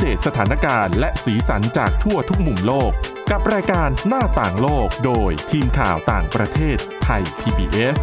เดตสถานการณ์และสีสันจากทั่วทุกมุมโลกกับรายการหน้าต่างโลกโดยทีมข่าวต่างประเทศไทย PBS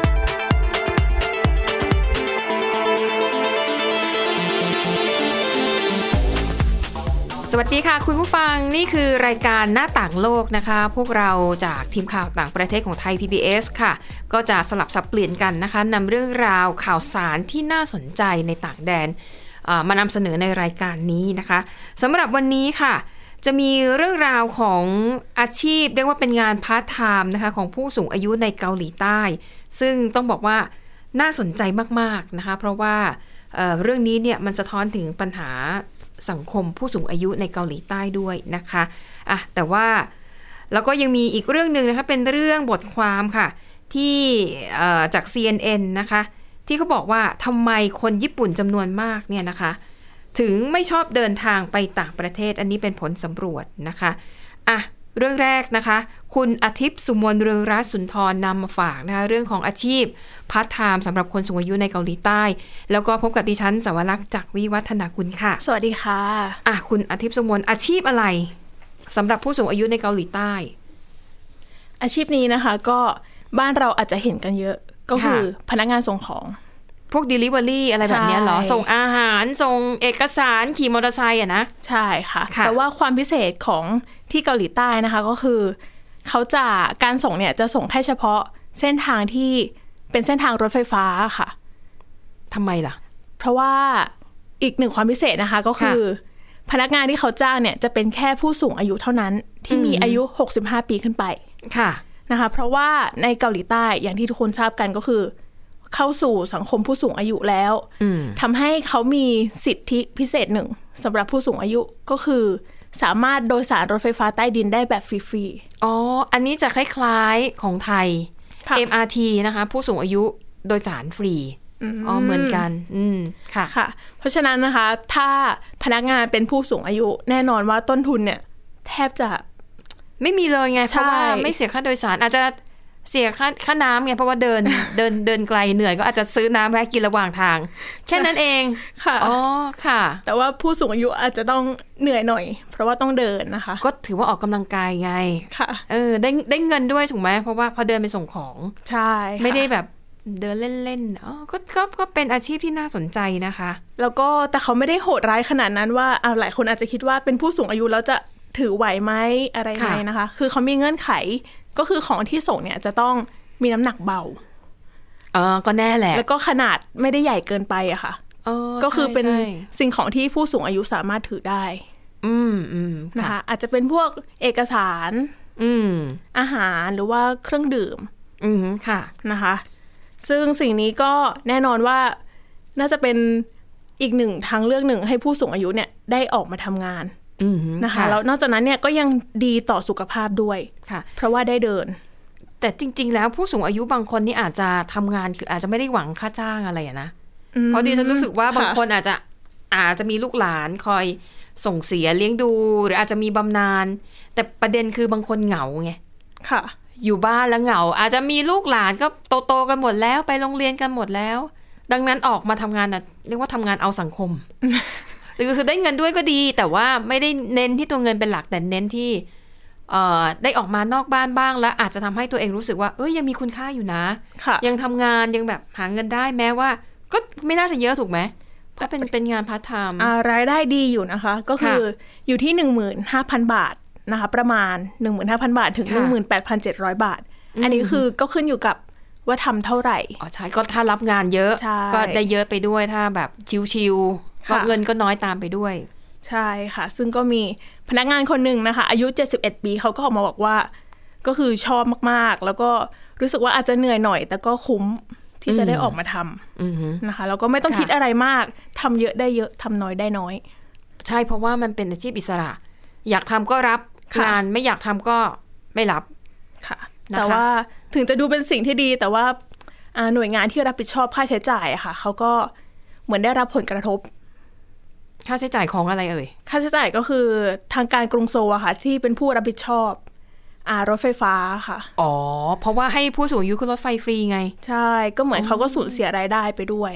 สวัสดีค่ะคุณผู้ฟังนี่คือรายการหน้าต่างโลกนะคะพวกเราจากทีมข่าวต่างประเทศของไทย PBS ค่ะก็จะสลับสับเปลี่ยนกันนะคะนำเรื่องราวข่าวสารที่น่าสนใจในต่างแดนมานำเสนอในรายการนี้นะคะสำหรับวันนี้ค่ะจะมีเรื่องราวของอาชีพเรียกว่าเป็นงานพาร์ทไทม์นะคะของผู้สูงอายุในเกาหลีใต้ซึ่งต้องบอกว่าน่าสนใจมากๆนะคะเพราะว่าเรื่องนี้เนี่ยมันสะท้อนถึงปัญหาสังคมผู้สูงอายุในเกาหลีใต้ด้วยนะคะแต่ว่าแล้วก็ยังมีอีกเรื่องนึงนะคะเป็นเรื่องบทความค่ะที่จาก CNN นะคะที่เขาบอกว่าทำไมคนญี่ปุ่นจำนวนมากเนี่ยนะคะถึงไม่ชอบเดินทางไปต่างประเทศอันนี้เป็นผลสำรวจนะคะเรื่องแรกนะคะคุณอาทิตย์สุมนเรืองรัตน์สุนทรนำมาฝากนะคะเรื่องของอาชีพพาร์ทไทม์สำหรับคนสูงอายุในเกาหลีใต้แล้วก็พบกับดิฉันสวรักษ์จากวิวัฒนาคุณค่ะสวัสดีค่ะคุณอาทิตย์สุมนอาชีพอะไรสำหรับผู้สูงอายุในเกาหลีใต้อาชีพนี้นะคะก็บ้านเราอาจจะเห็นกันเยอะก็คือพนักงานส่งของพวก delivery อะไรแบบนี้เหรอส่งอาหารส่งเอกสารขี่มอเตอร์ไซค์นะใช่ค่ะแต่ว่าความพิเศษของที่เกาหลีใต้นะคะก็คือเขาจะการส่งเนี่ยจะส่งแค่เฉพาะเส้นทางที่เป็นเส้นทางรถไฟฟ้าค่ะทำไมล่ะเพราะว่าอีกหนึ่งความพิเศษนะคะก็คือพนักงานที่เขาจ้างเนี่ยจะเป็นแค่ผู้สูงอายุเท่านั้นที่มีอายุ65ปีขึ้นไปค่ะนะคะเพราะว่าในเกาหลีใต้อย่างที่ทุกคนทราบกันก็คือเข้าสู่สังคมผู้สูงอายุแล้วทำให้เขามีสิทธิพิเศษหนึ่งสำหรับผู้สูงอายุก็คือสามารถโดยสารรถไฟฟ้าใต้ดินได้แบบฟรีๆอันนี้จะคล้ายๆของไทย MRT นะคะผู้สูงอายุโดยสารฟรีเหมือนกันค่ะเพราะฉะนั้นนะคะถ้าพนักงานเป็นผู้สูงอายุแน่นอนว่าต้นทุนเนี่ยแทบจะไม่มีเลยไงเพราะว่าไม่เสียค่าโดยสารอาจจะเสียค่าน้ำไงเพราะว่าเดินไกลเหนื่อยก็อาจจะซื้อน้ำแวะกินระหว่างทางแค่นั้นเองค่ะค่ะแต่ว่าผู้สูงอายุอาจจะต้องเหนื่อยหน่อยเพราะว่าต้องเดินนะคะก็ถือว่าออกกำลังกายไงค่ะได้เงินด้วยถูกไหมเพราะว่าพอเดินไปส่งของใช่ไม่ได้แบบเดินเล่นๆก็เป็นอาชีพที่น่าสนใจนะคะแล้วก็แต่เขาไม่ได้โหดร้ายขนาดนั้นว่าหลายคนอาจจะคิดว่าเป็นผู้สูงอายุแล้วจะถือไหวไหมอะไรไหมนะคะคือเขามีเงื่อนไขก็คือของที่ส่งเนี่ยจะต้องมีน้ำหนักเบาก็แน่แหละแล้วก็ขนาดไม่ได้ใหญ่เกินไปอะค่ะก็คือเป็นสิ่งของที่ผู้สูงอายุสามารถถือได้นะคะอาจจะเป็นพวกเอกสารอาหารหรือว่าเครื่องดื่มค่ะนะคะซึ่งสิ่งนี้ก็แน่นอนว่าน่าจะเป็นอีกหนึ่งทางเลือกหนึ่งให้ผู้สูงอายุเนี่ยได้ออกมาทำงานนะคะแล้วนอกจากนั้นเนี่ยก็ยังดีต่อสุขภาพด้วยเพราะว่าได้เดินแต่จริงๆแล้วผู้สูงอายุบางคนนี่อาจจะทำงานคืออาจจะไม่ได้หวังค่าจ้างอะไรนะเพราะดิฉันรู้สึกว่าบางคนอาจจะมีลูกหลานคอยส่งเสียเลี้ยงดูหรืออาจจะมีบำนาญแต่ประเด็นคือบางคนเหงาไงค่ะอยู่บ้านแล้วเหงาอาจจะมีลูกหลานก็โตๆกันหมดแล้วไปโรงเรียนกันหมดแล้วดังนั้นออกมาทำงานเรียกว่าทำงานเอาสังคมหรือคือได้เงินด้วยก็ดีแต่ว่าไม่ได้เน้นที่ตัวเงินเป็นหลักแต่เน้นที่ได้ออกมานอกบ้านบ้างแล้วอาจจะทำให้ตัวเองรู้สึกว่ายังมีคุณค่าอยู่นะยังทำงานยังแบบหาเงินได้แม้ว่าก็ไม่น่าจะเยอะถูกไหมเพราะเป็นงานพาร์ทไทม์รายได้ดีอยู่นะคะก็คืออยู่ที่ 15,000 บาทนะคะประมาณ 15,000 บาทถึง 18,700 บาทอันนี้คือก็ขึ้นอยู่กับว่าทำเท่าไหร่ใช่ก็ถ้ารับงานเยอะก็ได้เยอะไปด้วยถ้าแบบชิวๆเงินก็น้อยตามไปด้วยใช่ค่ะซึ่งก็มีพนักงานคนหนึ่งนะคะอายุ71ปีเขาก็ออกมาบอกว่าก็คือชอบมากๆแล้วก็รู้สึกว่าอาจจะเหนื่อยหน่อยแต่ก็คุ้มที่จะได้ออกมาทำนะคะแล้วก็ไม่ต้องคิดอะไรมากทำเยอะได้เยอะทำน้อยได้น้อยใช่เพราะว่ามันเป็นอาชีพอิสระอยากทำก็รับงานไม่อยากทำก็ไม่รับค่ะแต่ว่าถึงจะดูเป็นสิ่งที่ดีแต่ว่าหน่วยงานที่รับผิดชอบค่าใช้จ่ายอะค่ะเขาก็เหมือนได้รับผลกระทบค่าใช้จ่ายของอะไรเอ่ยค่าใช้จ่ายก็คือทางการกรุงโซลอะค่ะที่เป็นผู้รับผิดชอบรถไฟฟ้าค่ะเพราะว่าให้ผู้สูงอายุขึ้นรถไฟฟรีไงใช่ก็เหมือนเขาก็สูญเสียรายได้ไปด้วย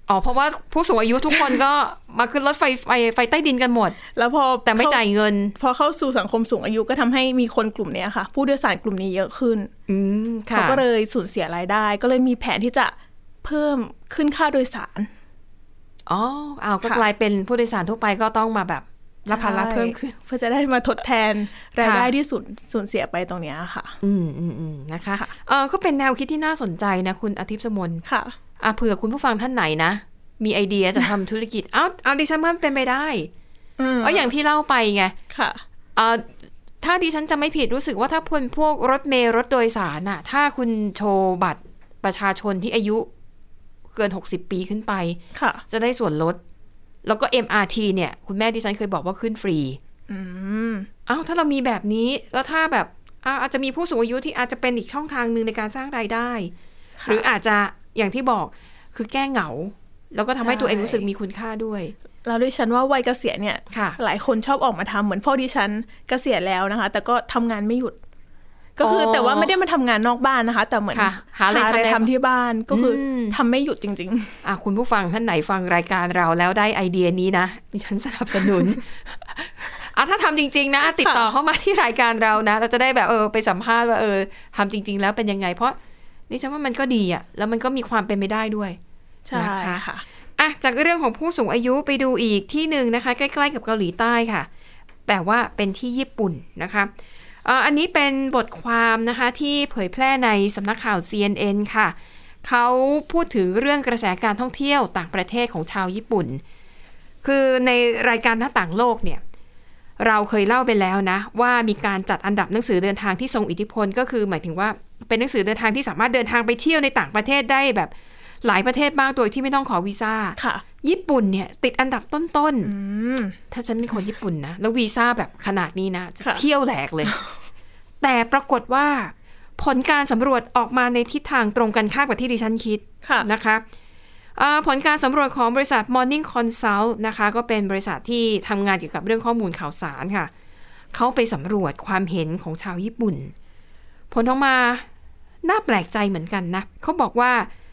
เพราะว่าผู้สูงอายุทุกคนก็มาขึ้นรถไฟใต้ดินกันหมดแล้วพอแต่ไม่จ่ายเงินพอเข้าสู่สังคมสูงอายุก็ทำให้มีคนกลุ่มนี้ค่ะผู้โดยสารกลุ่มนี้เยอะขึ้นเขาก็เลยสูญเสียรายได้ก็เลยมีแผนที่จะเพิ่มขึ้นค่าโดยสารก็กลายเป็นผู้โดยสารทั่วไปก็ต้องมาแบบรับภาระเพิ่มขึ้นเพื่อจะได้มาทดแทนรายได้ที่สูญเสียไปตรงนี้ค่ะนะคะก็เป็นแนวคิดที่น่าสนใจนะคุณอาทิตย์สมนค่ะเผื่อคุณผู้ฟังท่านไหนนะมีไอเดียจะทำธุรกิจเอาดิฉันว่าเป็นไปได้อย่างที่เล่าไปไงค่ะถ้าดิฉันจะไม่ผิดรู้สึกว่าถ้าพวกรถเมล์รถโดยสารน่ะถ้าคุณโชว์บัตรประชาชนที่อายุเกิน60ปีขึ้นไปจะได้ส่วนลดแล้วก็ MRT เนี่ยคุณแม่ดิฉันเคยบอกว่าขึ้นฟรีถ้าเรามีแบบนี้แล้วถ้าแบบอาจจะมีผู้สูงอายุที่อาจจะเป็นอีกช่องทางนึงในการสร้างรายได้หรืออาจจะอย่างที่บอกคือแก้เหงาแล้วก็ทำให้ตัวเองรู้สึกมีคุณค่าด้วยแล้วดิฉันว่าวัยเกษียณเนี่ยหลายคนชอบออกมาทำเหมือนพ่อดิฉันเกษียณแล้วนะคะแต่ก็ทำงานไม่หยุดก็คือแต่ว่าไม่ได้มาทำงานนอกบ้านนะคะแต่เหมือนหาอะไรทำที่บ้านก็คือทำไม่หยุดจริงๆคุณผู้ฟังท่านไหนฟังรายการเราแล้วได้ไอเดียนี้นะดิฉันสนับสนุนถ้าทำจริงๆนะติดต่อเข้ามาที่รายการเรานะเราจะได้แบบไปสัมภาษณ์ว่าทำจริงๆแล้วเป็นยังไงเพราะดิฉันว่ามันก็ดีแล้วมันก็มีความเป็นไปได้ด้วยใช่ค่ะจากเรื่องของผู้สูงอายุไปดูอีกที่หนึ่งนะคะใกล้ๆกับเกาหลีใต้ค่ะแต่ว่าเป็นที่ญี่ปุ่นนะคะอันนี้เป็นบทความนะคะที่เผยแพร่ในสำนักข่าว CNN ค่ะเขาพูดถึงเรื่องกระแสการท่องเที่ยวต่างประเทศของชาวญี่ปุ่นคือในรายการหน้าต่างโลกเนี่ยเราเคยเล่าไปแล้วนะว่ามีการจัดอันดับหนังสือเดินทางที่ทรงอิทธิพลก็คือหมายถึงว่าเป็นหนังสือเดินทางที่สามารถเดินทางไปเที่ยวในต่างประเทศได้แบบหลายประเทศมากโดยที่ไม่ต้องขอวีซ่าญี่ปุ่นเนี่ยติดอันดับต้นๆถ้าฉันเป็นคนญี่ปุ่นนะแล้ววีซ่าแบบขนาดนี้นะเที่ยวแหลกเลย แต่ปรากฏว่าผลการสำรวจออกมาในทิศทางตรงกันข้ามกับที่ดิฉันคิดนะคะผลการสำรวจของบริษัท Morning Consult นะคะก็เป็นบริษัทที่ทำงานเกี่ยวกับเรื่องข้อมูลข่าวสารค่ะเขาไปสำรวจความเห็นของชาวญี่ปุ่นผลออกมาน่าแปลกใจเหมือนกันนะเขาบอกว่า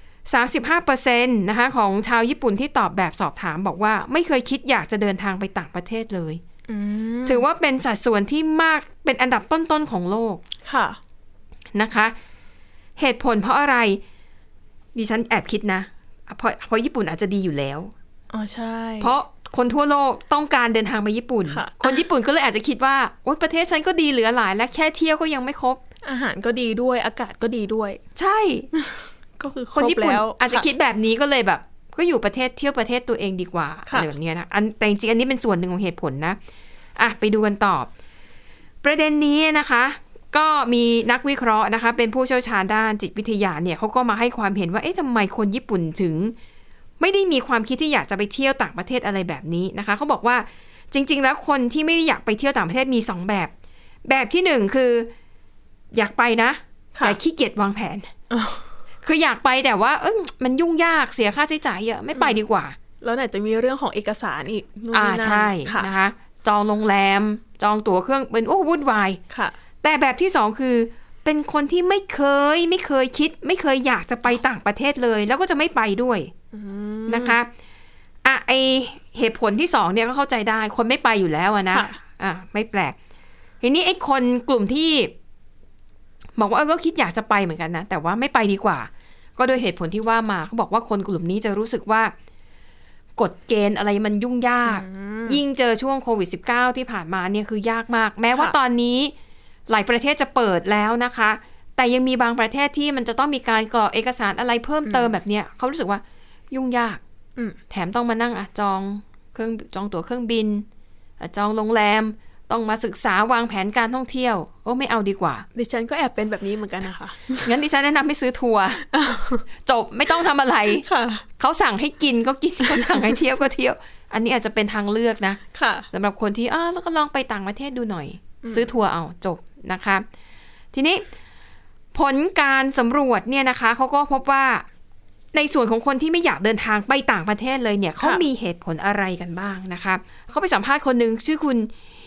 35% นะคะของชาวญี่ปุ่นที่ตอบแบบสอบถามบอกว่าไม่เคยคิดอยากจะเดินทางไปต่างประเทศเลยถือว่าเป็นสัดส่วนที่มากเป็นอันดับต้นๆของโลกค่ะนะคะเหตุผลเพราะอะไรดิฉันแอบคิดนะเพราะญี่ปุ่นอาจจะดีอยู่แล้วใช่เพราะคนทั่วโลกต้องการเดินทางไปญี่ปุ่นคนญี่ปุ่นก็เลยอาจจะคิดว่าโอ๊ยประเทศฉันก็ดีเหลือหลายและแค่เที่ยวก็ยังไม่ครบอาหารก็ดีด้วยอากาศก็ดีด้วยใช่ก็คือคนญี่ปุ่นอาจจะคิดแบบนี้ก็เลยแบบก็อยู่ประเทศเที่ยวประเทศตัวเองดีกว่าอะไรแบบนี้นะแต่จริงๆอันนี้เป็นส่วนหนึ่งของเหตุผลนะไปดูกันต่อประเด็นนี้นะคะก็มีนักวิเคราะห์นะคะเป็นผู้เชี่ยวชาญด้านจิตวิทยาเนี่ยเขาก็มาให้ความเห็นว่าทำไมคนญี่ปุ่นถึงไม่ได้มีความคิดที่อยากจะไปเที่ยวต่างประเทศอะไรแบบนี้นะคะเขาบอกว่าจริงๆแล้วคนที่ไม่ได้อยากไปเที่ยวต่างประเทศมี2แบบที่1คืออยากไปนะแต่ขี้เกียจวางแผนคืออยากไปแต่ว่ามันยุ่งยากเสียค่าใช้จ่ายเยอะไม่ไปดีกว่าแล้วไหนจะมีเรื่องของเอกสารอีกใช่นะคะจองโรงแรมจองตั๋วเครื่องเป็นวุ่นวายแต่แบบที่2คือเป็นคนที่ไม่เคยคิดไม่เคยอยากจะไปต่างประเทศเลยแล้วก็จะไม่ไปด้วยนะคะไอเหตุผลที่2เนี่ยก็เข้าใจได้คนไม่ไปอยู่แล้วนะไม่แปลกทีนี้ไอ้คนกลุ่มที่บอกว่าก็คิดอยากจะไปเหมือนกันนะแต่ว่าไม่ไปดีกว่าก็โดยเหตุผลที่ว่ามาเขาบอกว่าคนกลุ่มนี้จะรู้สึกว่ากฎเกณฑ์อะไรมันยุ่งยากยิ่งเจอช่วงโควิด -19 ที่ผ่านมาเนี่ยคือยากมากแม้ว่าตอนนี้หลายประเทศจะเปิดแล้วนะคะแต่ยังมีบางประเทศที่มันจะต้องมีการกรอกเอกสารอะไรเพิ่มเติมแบบเนี้ยเขารู้สึกว่ายุ่งยากแถมต้องมานั่งจองตั๋วเครื่องบินจองโรงแรมต้องมาศึกษาวางแผนการท่องเที่ยวไม่เอาดีกว่าดิฉันก็แอบเป็นแบบนี้เหมือนกันนะคะงั้นดิฉันแนะนำให้ซื้อทัวร์จบไม่ต้องทำอะไรเขาสั่งให้กินก็กินเขาสั่งให้เที่ยวก็เที่ยวอันนี้อาจจะเป็นทางเลือกนะสำหรับคนที่แล้วก็ลองไปต่างประเทศดูหน่อยซื้อทัวร์เอาจบนะคะทีนี้ผลการสำรวจเนี่ยนะคะเขาก็พบว่าในส่วนของคนที่ไม่อยากเดินทางไปต่างประเทศเลยเนี่ยเขามีเหตุผลอะไรกันบ้างนะคะเขาไปสัมภาษณ์คนนึงชื่อคุณ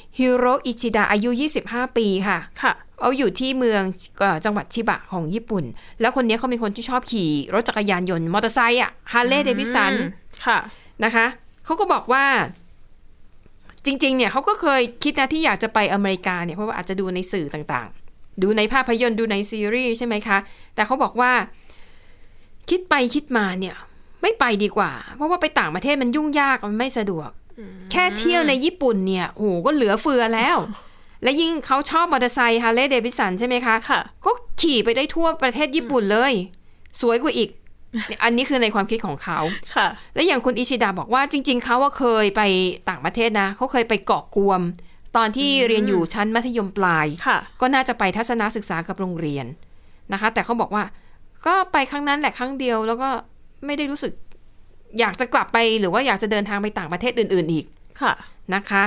ฮิโรอิชิดะอายุ25ปีค่ะเอาอยู่ที่เมืองจังหวัดชิบะของญี่ปุ่นแล้วคนนี้เขาเป็นคนที่ชอบขี่รถจักรยานยนต์มอเตอร์ไซค์ฮาร์เลย์เดวิสันนะคะเขาก็บอกว่าจริงๆเนี่ยเขาก็เคยคิดนะที่อยากจะไปอเมริกาเนี่ยเพราะว่าอาจจะดูในสื่อต่างๆดูในภาพยนตร์ดูในซีรีส์ใช่ไหมคะแต่เขาบอกว่าคิดไปคิดมาเนี่ยไม่ไปดีกว่าเพราะว่าไปต่างประเทศมันยุ่งยากมันไม่สะดวกแค่เที่ยวในญี่ปุ่นเนี่ยโอ้ก็เหลือเฟือแล้วและยิ่งเขาชอบมอเตอร์ไซค์ฮาร์เลย์เดวิสันใช่ไหมคะก็ขี่ไปได้ทั่วประเทศญี่ปุ่นเลยสวยกว่าอีกอันนี้คือในความคิดของเขาและอย่างคุณอิชิดะบอกว่าจริงๆเขาเคยไปต่างประเทศนะเขาเคยไปเกาะกวมตอนที่เรียนอยู่ชั้นมัธยมปลายก็น่าจะไปทัศนศึกษากับโรงเรียนนะคะแต่เขาบอกว่าก็ไปครั้งนั้นแหละครั้งเดียวแล้วก็ไม่ได้รู้สึกอยากจะกลับไปหรือว่าอยากจะเดินทางไปต่างประเทศอื่นๆอีกนะคะ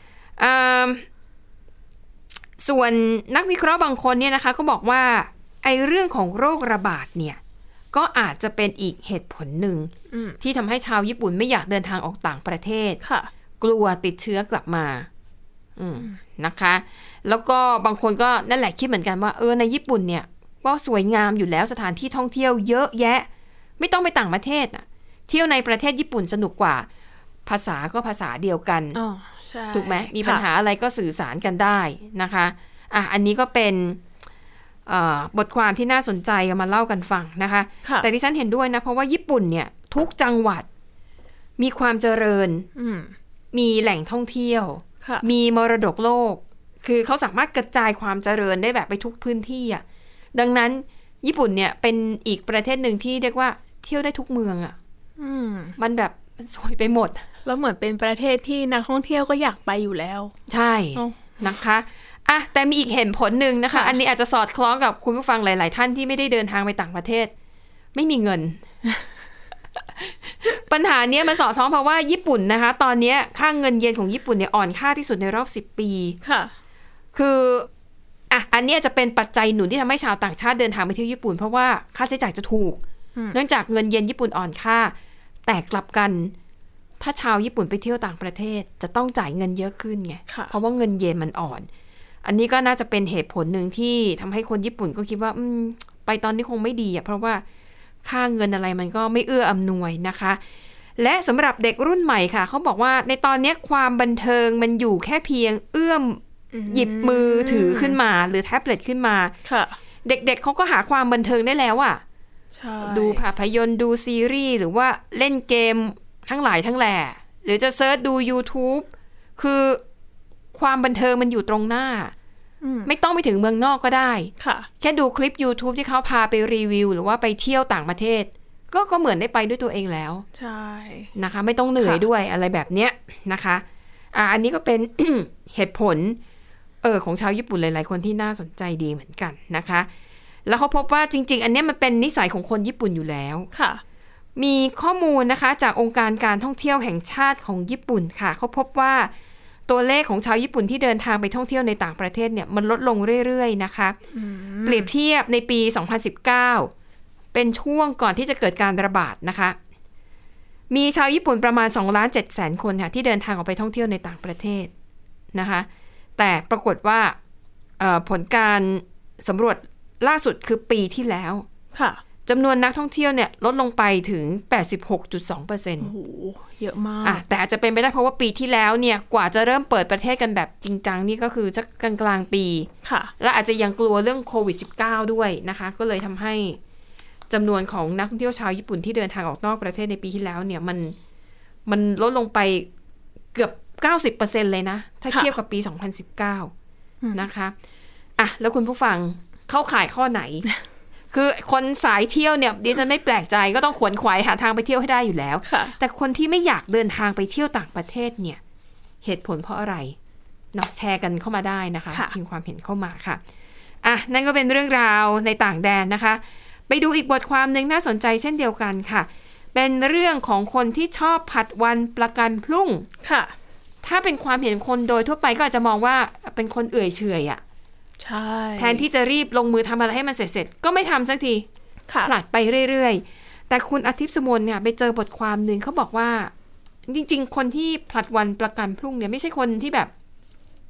ส่วนนักวิเคราะห์บางคนเนี่ยนะคะก็บอกว่าไอ้เรื่องของโรคระบาดเนี่ยก็อาจจะเป็นอีกเหตุผลหนึ่งที่ทำให้ชาวญี่ปุ่นไม่อยากเดินทางออกต่างประเทศกลัวติดเชื้อกลับมานะคะแล้วก็บางคนก็นั่นแหละคิดเหมือนกันว่าในญี่ปุ่นเนี่ยก็สวยงามอยู่แล้วสถานที่ท่องเที่ยวเยอะแยะไม่ต้องไปต่างประเทศน่ะเที่ยวในประเทศญี่ปุ่นสนุกกว่าภาษาก็ภาษาเดียวกันถูกไหมมีปัญหาอะไรก็สื่อสารกันได้นะคะอันนี้ก็เป็นบทความที่น่าสนใจเอามาเล่ากันฟังนะคะแต่ที่ฉันเห็นด้วยนะเพราะว่าญี่ปุ่นเนี่ยทุกจังหวัดมีความเจริญมีแหล่งท่องเที่ยวมีมรดกโลกคือเขาสามารถกระจายความเจริญได้แบบไปทุกพื้นที่อ่ะดังนั้นญี่ปุ่นเนี่ยเป็นอีกประเทศหนึ่งที่เรียกว่าเที่ยวได้ทุกเมืองอ่ะมันแบบสวยไปหมดแล้วเหมือนเป็นประเทศที่นักท่องเที่ยวก็อยากไปอยู่แล้วใช่นะคะแต่มีอีกเหตุผลหนึ่งนะคะอันนี้อาจจะสอดคล้องกับคุณผู้ฟังหลายๆท่านที่ไม่ได้เดินทางไปต่างประเทศไม่มีเงิน ปัญหาเนี้ยมันสอดคล้องเพราะว่าญี่ปุ่นนะคะตอนนี้ค่าเงินเยนของญี่ปุ่นเนี่ยอ่อนค่าที่สุดในรอบ10 ปีค่ะคืออันนี้จะเป็นปัจจัยหนุนที่ทำให้ชาวต่างชาติเดินทางไปเที่ยวญี่ปุ่นเพราะว่าค่าใช้จ่ายจะถูกเนื่องจากเงินเยนญี่ปุ่นอ่อนค่าแต่กลับกันถ้าชาวญี่ปุ่นไปเที่ยวต่างประเทศจะต้องจ่ายเงินเยอะขึ้นไงเพราะว่าเงินเยนมันอ่อนอันนี้ก็น่าจะเป็นเหตุผลหนึ่งที่ทำให้คนญี่ปุ่นก็คิดว่าไปตอนนี้คงไม่ดีเพราะว่าค่าเงินอะไรมันก็ไม่เอื้ออำนวยนะคะและสำหรับเด็กรุ่นใหม่ค่ะเขาบอกว่าในตอนนี้ความบันเทิงมันอยู่แค่เพียงเอื้อมหยิบมือถือขึ้นมาหรือแท็บเล็ตขึ้นมาเด็กๆเขาก็หาความบันเทิงได้แล้วอ่ะดูภาพยนตร์ดูซีรีส์หรือว่าเล่นเกมทั้งหลายทั้งแหล่หรือจะเซิร์ชดู YouTube คือความบันเทิงมันอยู่ตรงหน้าไม่ต้องไปถึงเมืองนอกก็ได้แค่ดูคลิป YouTube ที่เขาพาไปรีวิวหรือว่าไปเที่ยวต่างประเทศก็เหมือนได้ไปด้วยตัวเองแล้วใช่นะคะไม่ต้องเหนื่อยด้วยอะไรแบบเนี้ยนะคะอันนี้ก็เป็น เหตุผลของชาวญี่ปุ่นหลายๆคนที่น่าสนใจดีเหมือนกันนะคะแล้วเขาพบว่าจริงๆอันนี้มันเป็นนิสัยของคนญี่ปุ่นอยู่แล้วค่ะมีข้อมูลนะคะจากองค์การการท่องเที่ยวแห่งชาติของญี่ปุ่นค่ะเขาพบว่าตัวเลขของชาวญี่ปุ่นที่เดินทางไปท่องเที่ยวในต่างประเทศเนี่ยมันลดลงเรื่อยๆนะคะเปรียบเทียบในปี2019เป็นช่วงก่อนที่จะเกิดการระบาดนะคะมีชาวญี่ปุ่นประมาณ 2,700,000 คนค่ะที่เดินทางออกไปท่องเที่ยวในต่างประเทศนะคะแต่ปรากฏว่าผลการสำรวจล่าสุดคือปีที่แล้วค่ะจำนวนนักท่องเที่ยวเนี่ยลดลงไปถึง 86.2% โอ้โหเยอะมากแต่อาจจะเป็นไปได้เพราะว่าปีที่แล้วเนี่ยกว่าจะเริ่มเปิดประเทศกันแบบจริงจังนี่ก็คือสักกลางๆปีค่ะและอาจจะยังกลัวเรื่องโควิด -19 ด้วยนะคะก็เลยทำให้จำนวนของนักท่องเที่ยวชาวญี่ปุ่นที่เดินทางออกนอกประเทศในปีที่แล้วเนี่ยมันลดลงไปเกือบ 90% เลยนะถ้าเทียบกับปี 2019 นะคะแล้วคุณผู้ฟังเข้าข่ายข้อไหน คือคนสายเที่ยวเนี่ยดิฉันไม่แปลกใจก็ต้องขวนขวายหาทางไปเที่ยวให้ได้อยู่แล้วแต่คนที่ไม่อยากเดินทางไปเที่ยวต่างประเทศเนี่ยเหตุผลเพราะอะไรเนาะแชร์กันเข้ามาได้นะคะพิมพ์ความเห็นเข้ามาค่ะนั่นก็เป็นเรื่องราวในต่างแดนนะคะไปดูอีกบทความนึงน่าสนใจเช่นเดียวกันค่ะเป็นเรื่องของคนที่ชอบผัดวันประกันพรุ่งค่ะถ้าเป็นความเห็นคนโดยทั่วไปก็อาจจะมองว่าเป็นคนเอื่อยเฉยอ่ะใช่แทนที่จะรีบลงมือทำอะไรให้มันเสร็จก็ไม่ทำสักทีผลัดไปเรื่อยๆแต่คุณอาทิตย์สุมนเนี่ยไปเจอบทความนึงเขาบอกว่าจริงๆคนที่ผลัดวันประกันพรุ่งเนี่ยไม่ใช่คนที่แบบ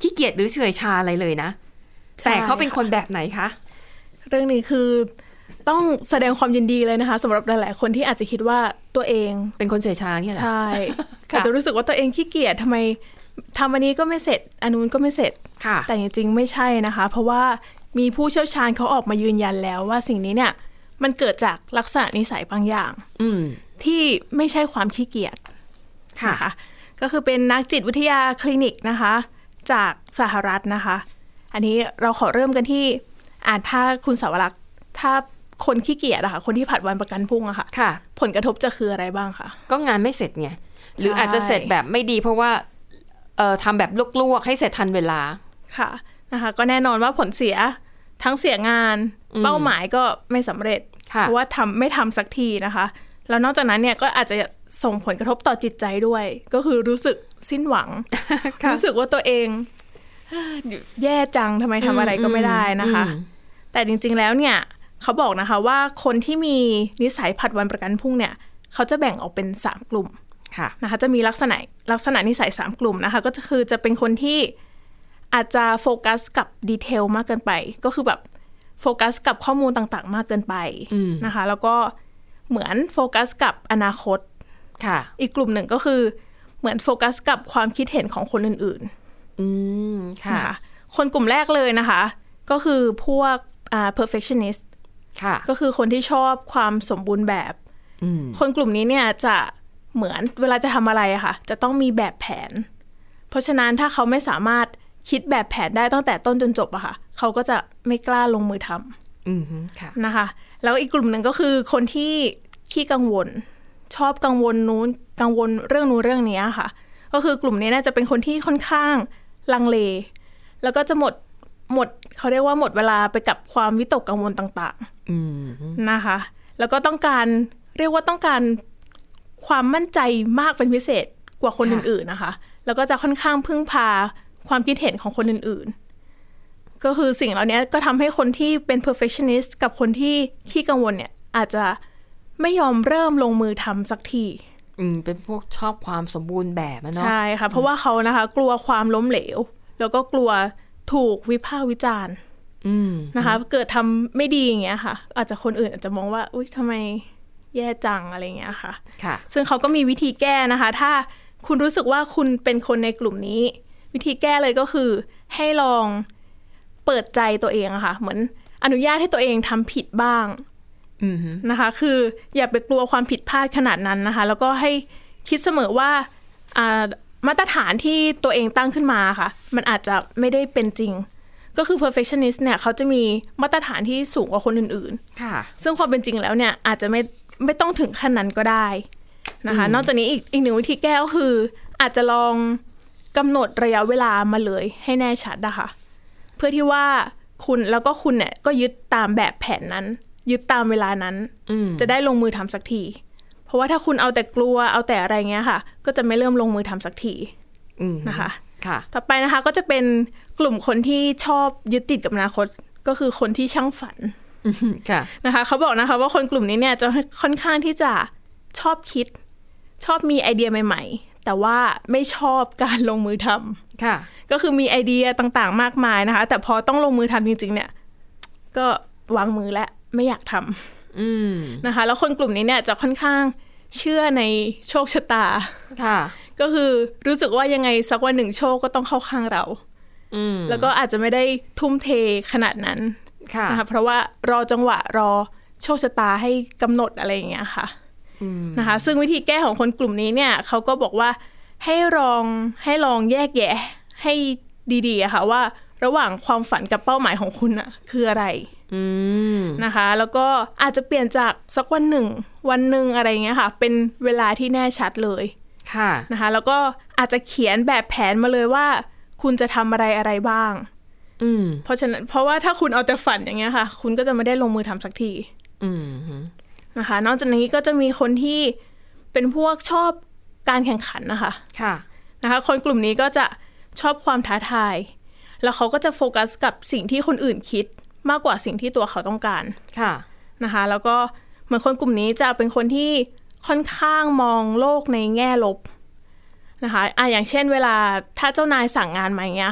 ขี้เกียจหรือเฉื่อยชาอะไรเลยนะแต่เขาเป็นคนแบบไหนคะเรื่องนี้คือต้องแสดงความยินดีเลยนะคะสำหรับหลายๆคนที่อาจจะคิดว่าตัวเองเป็นคนเฉื่อยชาเนี่ยแหละใช่ อาจจะรู้สึกว่าตัวเองขี้เกียจทำไมทำอันนี้ก็ไม่เสร็จอันนู้นก็ไม่เสร็จแต่จริงๆไม่ใช่นะคะเพราะว่ามีผู้เชี่ยวชาญเขาออกมายืนยันแล้วว่าสิ่งนี้เนี่ยมันเกิดจากลักษณะนิสัยบางอย่างที่ไม่ใช่ความขี้เกียจค่ะก็คือเป็นนักจิตวิทยาคลินิกนะคะจากสหรัฐนะคะอันนี้เราขอเริ่มกันที่ถ้าคุณสาวรักษ์ถ้าคนขี้เกียจอะค่ะคนที่ผัดวันประกันพรุ่งอะค่ะผลกระทบจะคืออะไรบ้างคะก็งานไม่เสร็จไงหรืออาจจะเสร็จแบบไม่ดีเพราะว่าทำแบบลวกๆให้เสร็จทันเวลาค่ะนะคะก็แน่นอนว่าผลเสียทั้งเสียงานเป้าหมายก็ไม่สำเร็จเพราะว่าไม่ทำสักทีนะคะแล้วนอกจากนั้นเนี่ยก็อาจจะส่งผลกระทบต่อจิตใจด้วยก็คือรู้สึกสิ้นหวัง รู้สึกว่าตัวเองแย่จังทำไมทำอะไรก็ไม่ได้นะคะแต่จริงๆแล้วเนี่ยเขาบอกนะคะว่าคนที่มีนิสัยผัดวันประกันพรุ่งเนี่ยเขาจะแบ่งออกเป็น3กลุ่มนะคะจะมีลักษณะนิสัย3กลุ่มนะคะก็คือจะเป็นคนที่อาจจะโฟกัสกับดีเทลมากเกินไปก็คือแบบโฟกัสกับข้อมูลต่างๆมากเกินไปนะคะแล้วก็เหมือนโฟกัสกับอนาคตอีกกลุ่มหนึ่งก็คือเหมือนโฟกัสกับความคิดเห็นของคนอื่นๆนะคะคนกลุ่มแรกเลยนะคะก็คือพวกperfectionist ก็คือคนที่ชอบความสมบูรณ์แบบคนกลุ่มนี้เนี่ยจะเหมือนเวลาจะทำอะไรอะค่ะจะต้องมีแบบแผนเพราะฉะนั้นถ้าเขาไม่สามารถคิดแบบแผนได้ตั้งแต่ต้นจนจบอะค่ะเขาก็จะไม่กล้าลงมือทำนะคะแล้วอีกกลุ่มหนึ่งก็คือคนที่ขี้กังวลชอบกังวลนู้นกังวลเรื่องนู้นเรื่องนี้ค่ะก็คือกลุ่มนี้น่าจะเป็นคนที่ค่อนข้างลังเลแล้วก็จะหมดเขาเรียกว่าหมดเวลาไปกับความวิตกกังวลต่างๆนะคะแล้วก็ต้องการเรียกว่าต้องการความมั่นใจมากเป็นพิเศษกว่าคนอื่นๆนะคะแล้วก็จะค่อนข้างพึ่งพาความคิดเห็นของคนอื่นๆก็คือสิ่งเหล่านี้ก็ทำให้คนที่เป็น perfectionist กับคนที่ขี้กังวลเนี่ยอาจจะไม่ยอมเริ่มลงมือทำสักทีเป็นพวกชอบความสมบูรณ์แบบเนาะใช่ค่ะเพราะว่าเขานะคะกลัวความล้มเหลวแล้วก็กลัวถูกวิพากษ์วิจารณ์นะคะเกิดทำไม่ดีอย่างเงี้ยค่ะอาจจะคนอื่นอาจจะมองว่าอุ๊ยทำไมแย่จังอะไรเงี้ยค่ะซึ่งเขาก็มีวิธีแก้นะคะถ้าคุณรู้สึกว่าคุณเป็นคนในกลุ่มนี้วิธีแก้เลยก็คือให้ลองเปิดใจตัวเองอะค่ะเหมือนอนุญาตให้ตัวเองทำผิดบ้างนะคะคืออย่าไปกลัวความผิดพลาดขนาดนั้นนะคะแล้วก็ให้คิดเสมอว่ามาตรฐานที่ตัวเองตั้งขึ้นมาค่ะมันอาจจะไม่ได้เป็นจริงก็คือ perfectionist เนี่ยเขาจะมีมาตรฐานที่สูงกว่าคนอื่นๆซึ่งความเป็นจริงแล้วเนี่ยอาจจะไม่ต้องถึงขั้นนั้นก็ได้นะคะนอกจากนี้อีกหนึ่งวิธีแก้ก็คืออาจจะลองกำหนดระยะเวลามาเลยให้แน่ชัดนะคะเพื่อที่ว่าคุณแล้วก็คุณเนี่ยก็ยึดตามแบบแผนนั้นยึดตามเวลานั้นจะได้ลงมือทำสักทีเพราะว่าถ้าคุณเอาแต่กลัวเอาแต่อะไรเงี้ยค่ะก็จะไม่เริ่มลงมือทำสักทีนะคะต่อไปนะคะก็จะเป็นกลุ่มคนที่ชอบยึดติดกับอนาคตก็คือคนที่ช่างฝันนะคะเขาบอกนะคะว่าคนกลุ่มนี้เนี่ยจะค่อนข้างที่จะชอบคิดชอบมีไอเดียใหม่ๆแต่ว่าไม่ชอบการลงมือทำก็คือมีไอเดียต่างๆมากมายนะคะแต่พอต้องลงมือทำจริงๆเนี่ยก็วางมือและไม่อยากทำนะคะแล้วคนกลุ่มนี้เนี่ยจะค่อนข้างเชื่อในโชคชะตาก็คือรู้สึกว่ายังไงสักวันหนึ่งโชคก็ต้องเข้าข้างเราแล้วก็อาจจะไม่ได้ทุ่มเทขนาดนั้นนะคะเพราะว่ารอจังหวะรอโชคชะตาให้กำหนดอะไรอย่างเงี้ยค่ะนะคะซึ่งวิธีแก้ของคนกลุ่มนี้เนี่ยเขาก็บอกว่าให้ลองแยกแยะให้ดีๆค่ะว่าระหว่างความฝันกับเป้าหมายของคุณอะคืออะไรนะคะแล้วก็อาจจะเปลี่ยนจากสักวันหนึ่งอะไรเงี้ยค่ะเป็นเวลาที่แน่ชัดเลยนะคะแล้วก็อาจจะเขียนแบบแผนมาเลยว่าคุณจะทำอะไรบ้างเพราะว่าถ้าคุณเอาแต่ฝันอย่างเงี้ยค่ะคุณก็จะไม่ได้ลงมือทำสักทีนะคะนอกจากนี้ก็จะมีคนที่เป็นพวกชอบการแข่งขันนะคะคนกลุ่มนี้ก็จะชอบความท้าทายแล้วเขาก็จะโฟกัสกับสิ่งที่คนอื่นคิดมากกว่าสิ่งที่ตัวเขาต้องการนะคะแล้วก็เหมือนคนกลุ่มนี้จะเป็นคนที่ค่อนข้างมองโลกในแง่ลบนะคะอย่างเช่นเวลาถ้าเจ้านายสั่งงานมาอย่างเงี้ยค่ะ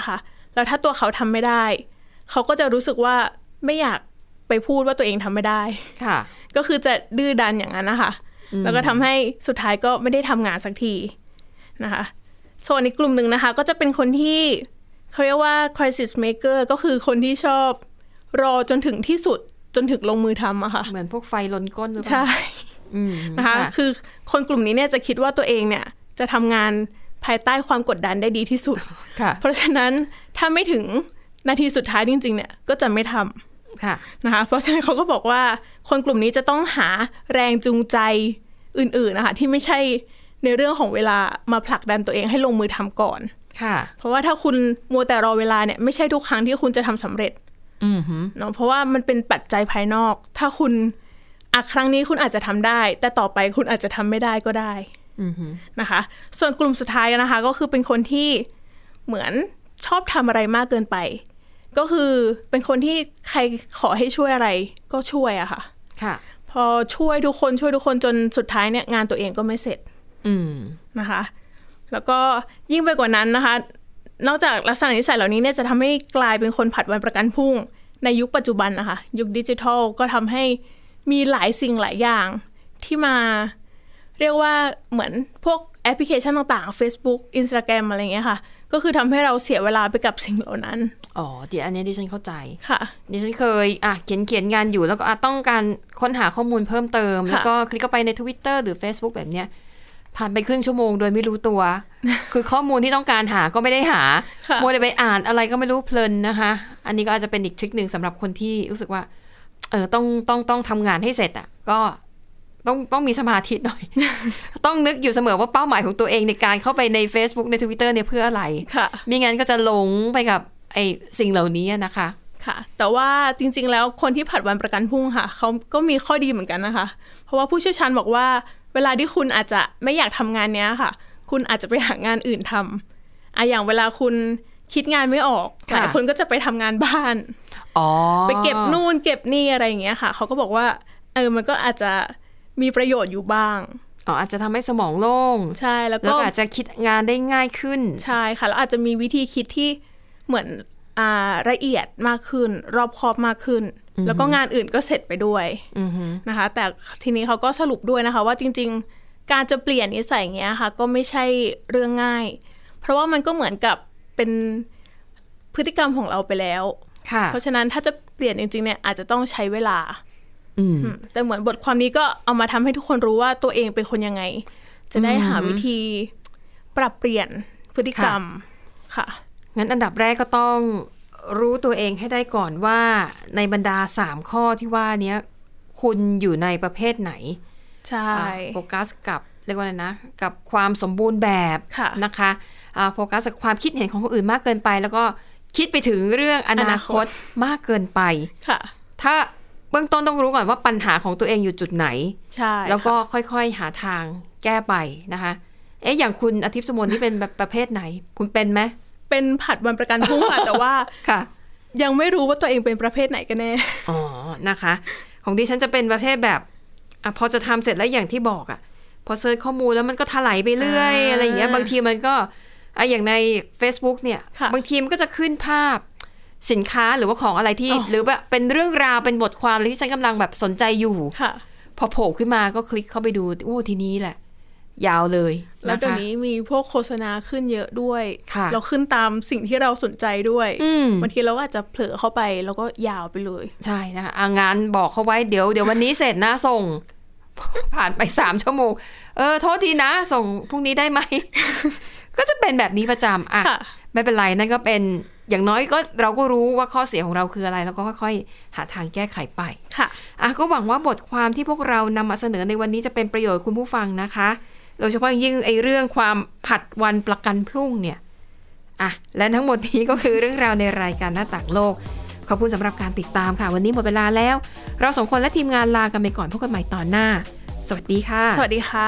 แล้วถ้าตัวเขาทำไม่ได้เขาก็จะรู้สึกว่าไม่อยากไปพูดว่าตัวเองทำไม่ได้ค่ะก็คือจะดื้อดันอย่างนั้นนะคะแล้วก็ทำให้สุดท้ายก็ไม่ได้ทำงานสักทีนะคะส่วนอีกกลุ่มหนึ่งนะคะก็จะเป็นคนที่เขาเรียกว่า crisis maker ก็คือคนที่ชอบรอจนถึงที่สุดจนถึงลงมือทำอะค่ะเหมือนพวกไฟล้นก้นหรือเปล่าใช่นะคะคือคนกลุ่มนี้เนี่ยจะคิดว่าตัวเองเนี่ยจะทำงานภายใต้ความกดดันได้ดีที่สุดเพราะฉะนั้นถ้าไม่ถึงนาทีสุดท้ายจริงๆเนี่ยก็จะไม่ทำนะคะเพราะฉะนั้นเขาก็บอกว่าคนกลุ่มนี้จะต้องหาแรงจูงใจอื่นๆนะคะที่ไม่ใช่ในเรื่องของเวลามาผลักดันตัวเองให้ลงมือทำก่อนเพราะว่าถ้าคุณมัวแต่รอเวลาเนี่ยไม่ใช่ทุกครั้งที่คุณจะทำสำเร็จเนาะเพราะว่ามันเป็นปัจจัยภายนอกถ้าคุณครั้งนี้คุณอาจจะทำได้แต่ต่อไปคุณอาจจะทำไม่ได้ก็ได้นะคะส่วนกลุ่มสุดท้ายนะคะก็คือเป็นคนที่เหมือนชอบทำอะไรมากเกินไปก็คือเป็นคนที่ใครขอให้ช่วยอะไรก็ช่วยอะค่ะพอช่วยทุกคนจนสุดท้ายเนี่ยงานตัวเองก็ไม่เสร็จนะคะแล้วก็ยิ่งไปกว่านั้นนะคะนอกจากลักษณะนิสัยเหล่านี้เนี่ยจะทำให้กลายเป็นคนผัดวันประกันพรุ่งในยุคปัจจุบันนะคะยุคดิจิทัลก็ทำให้มีหลายสิ่งหลายอย่างที่มาเรียกว่าเหมือนพวกแอปพลิเคชันต่างๆ Facebook Instagram อะไรเงี้ยค่ะก็คือทำให้เราเสียเวลาไปกับสิ่งเหล่านั้นเดี๋ยวอันนี้ดิฉันเข้าใจค่ะดิฉันเคยเขียนงานอยู่แล้วก็ต้องการค้นหาข้อมูลเพิ่มเติมแล้วก็คลิกเข้าไปใน Twitter หรือ Facebook แบบเนี้ยผ่านไปครึ่งชั่วโมงโดยไม่รู้ตัว คือข้อมูลที่ต้องการหาก็ไม่ได้หามัวแต่ไปอ่านอะไรก็ไม่รู้เพลินนะคะอันนี้ก็อาจจะเป็นอีกทริคนึงสำหรับคนที่รู้สึกว่าต้องทำงานให้เสร็จก็ต้องมีสมาธิหน่อย ต้องนึกอยู่เสมอว่าเป้าหมายของตัวเองในการเข้าไปใน Facebook ใน Twitter เนี่ยเพื่ออะไรมิงั้นก็จะหลงไปกับไอ้สิ่งเหล่านี้นะคะค่ะแต่ว่าจริงๆแล้วคนที่ผัดวันประกันพรุ่งค่ะเขาก็มีข้อดีเหมือนกันนะคะเพราะว่าผู้เชี่ยวชาญบอกว่าเวลาที่คุณอาจจะไม่อยากทำงานเนี้ยค่ะคุณอาจจะไปหางานอื่นทำอย่างเวลาคุณคิดงานไม่ออกหลายคนก็จะไปทำงานบ้านไปเก็บนู่นเก็บนี่อะไรอย่างเงี้ยค่ะเขาก็บอกว่ามันก็อาจจะมีประโยชน์อยู่บ้างอาจจะทำให้สมองโล่งใช่แล้วก็อาจจะคิดงานได้ง่ายขึ้นใช่ค่ะแล้วอาจจะมีวิธีคิดที่เหมือนละเอียดมากขึ้นรอบคอบมากขึ้นแล้วก็งานอื่นก็เสร็จไปด้วยนะคะแต่ทีนี้เขาก็สรุปด้วยนะคะว่าจริงๆการจะเปลี่ยนนิสัยอย่างเงี้ยค่ะก็ไม่ใช่เรื่องง่ายเพราะว่ามันก็เหมือนกับเป็นพฤติกรรมของเราไปแล้วเพราะฉะนั้นถ้าจะเปลี่ยนจริงๆเนี่ยอาจจะต้องใช้เวลาแต่เหมือนบทความนี้ก็เอามาทำให้ทุกคนรู้ว่าตัวเองเป็นคนยังไงจะได้หาวิธีปรับเปลี่ยนพฤติกรรมค่ะงั้นอันดับแรกก็ต้องรู้ตัวเองให้ได้ก่อนว่าในบรรดา3ข้อที่ว่านี้คุณอยู่ในประเภทไหนใช่โฟกัสกับเรียกว่าอะไรนะกับความสมบูรณ์แบบนะคะโฟกัสกับความคิดเห็นของคนอื่นมากเกินไปแล้วก็คิดไปถึงเรื่องอนาคตมากเกินไปถ้าเบื้องต้นต้องรู้ก่อนว่าปัญหาของตัวเองอยู่จุดไหนใช่แล้วก็ค่อยๆหาทางแก้ไปนะคะอย่างคุณอาทิตย์สมนนี่เป็นแบบประเภทไหนคุณเป็นไหมเป็นผัดวันประกันพรุ่ง แต่ว่ายังไม่รู้ว่าตัวเองเป็นประเภทไหนกันแน่นะคะของดิฉันจะเป็นประเภทแบบพอจะทำเสร็จแล้วอย่างที่บอกพอเซิร์ชข้อมูลแล้วมันก็ถลายไปเรื่อยอะไรอย่างเงี้ยบางทีมันก็อย่างใน Facebook เนี่ยบางทีมันก็จะขึ้นภาพสินค้าหรือว่าของอะไรที่หรือว่าเป็นเรื่องราวเป็นบทความอะไรที่ฉันกำลังแบบสนใจอยู่พอโผล่ขึ้นมาก็คลิกเข้าไปดูทีนี้แหละยาวเลยแล้วเดี๋ยวนี้มีพวกโฆษณาขึ้นเยอะด้วยเราขึ้นตามสิ่งที่เราสนใจด้วยบางทีเราก็อาจจะเผลอเข้าไปแล้วก็ยาวไปเลยใช่นะคะงานบอกเขาไว้เดี๋ยววันนี้เสร็จนะส่งผ่านไป3 ชั่วโมงโทษทีนะส่งพรุ่งนี้ได้ไหม ก็จะเป็นแบบนี้ประจำไม่เป็นไรนั่นก็เป็นอย่างน้อยก็เราก็รู้ว่าข้อเสียของเราคืออะไรแล้วก็ค่อยๆหาทางแก้ไขไปก็หวังว่าบทความที่พวกเรานำมาเสนอในวันนี้จะเป็นประโยชน์คุณผู้ฟังนะคะโดยเฉพาะยิ่งเรื่องความผัดวันประกันพรุ่งเนี่ยและทั้งหมดนี้ก็คือเรื่องราวในรายการหน้าต่างโลกขอบคุณสำหรับการติดตามค่ะวันนี้หมดเวลาแล้วเรา2 คนและทีมงานลากันไปก่อนพบกันใหม่ตอนหน้าสวัสดีค่ะสวัสดีค่ะ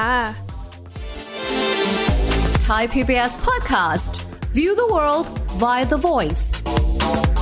Thai PBS Podcast View the world via the voice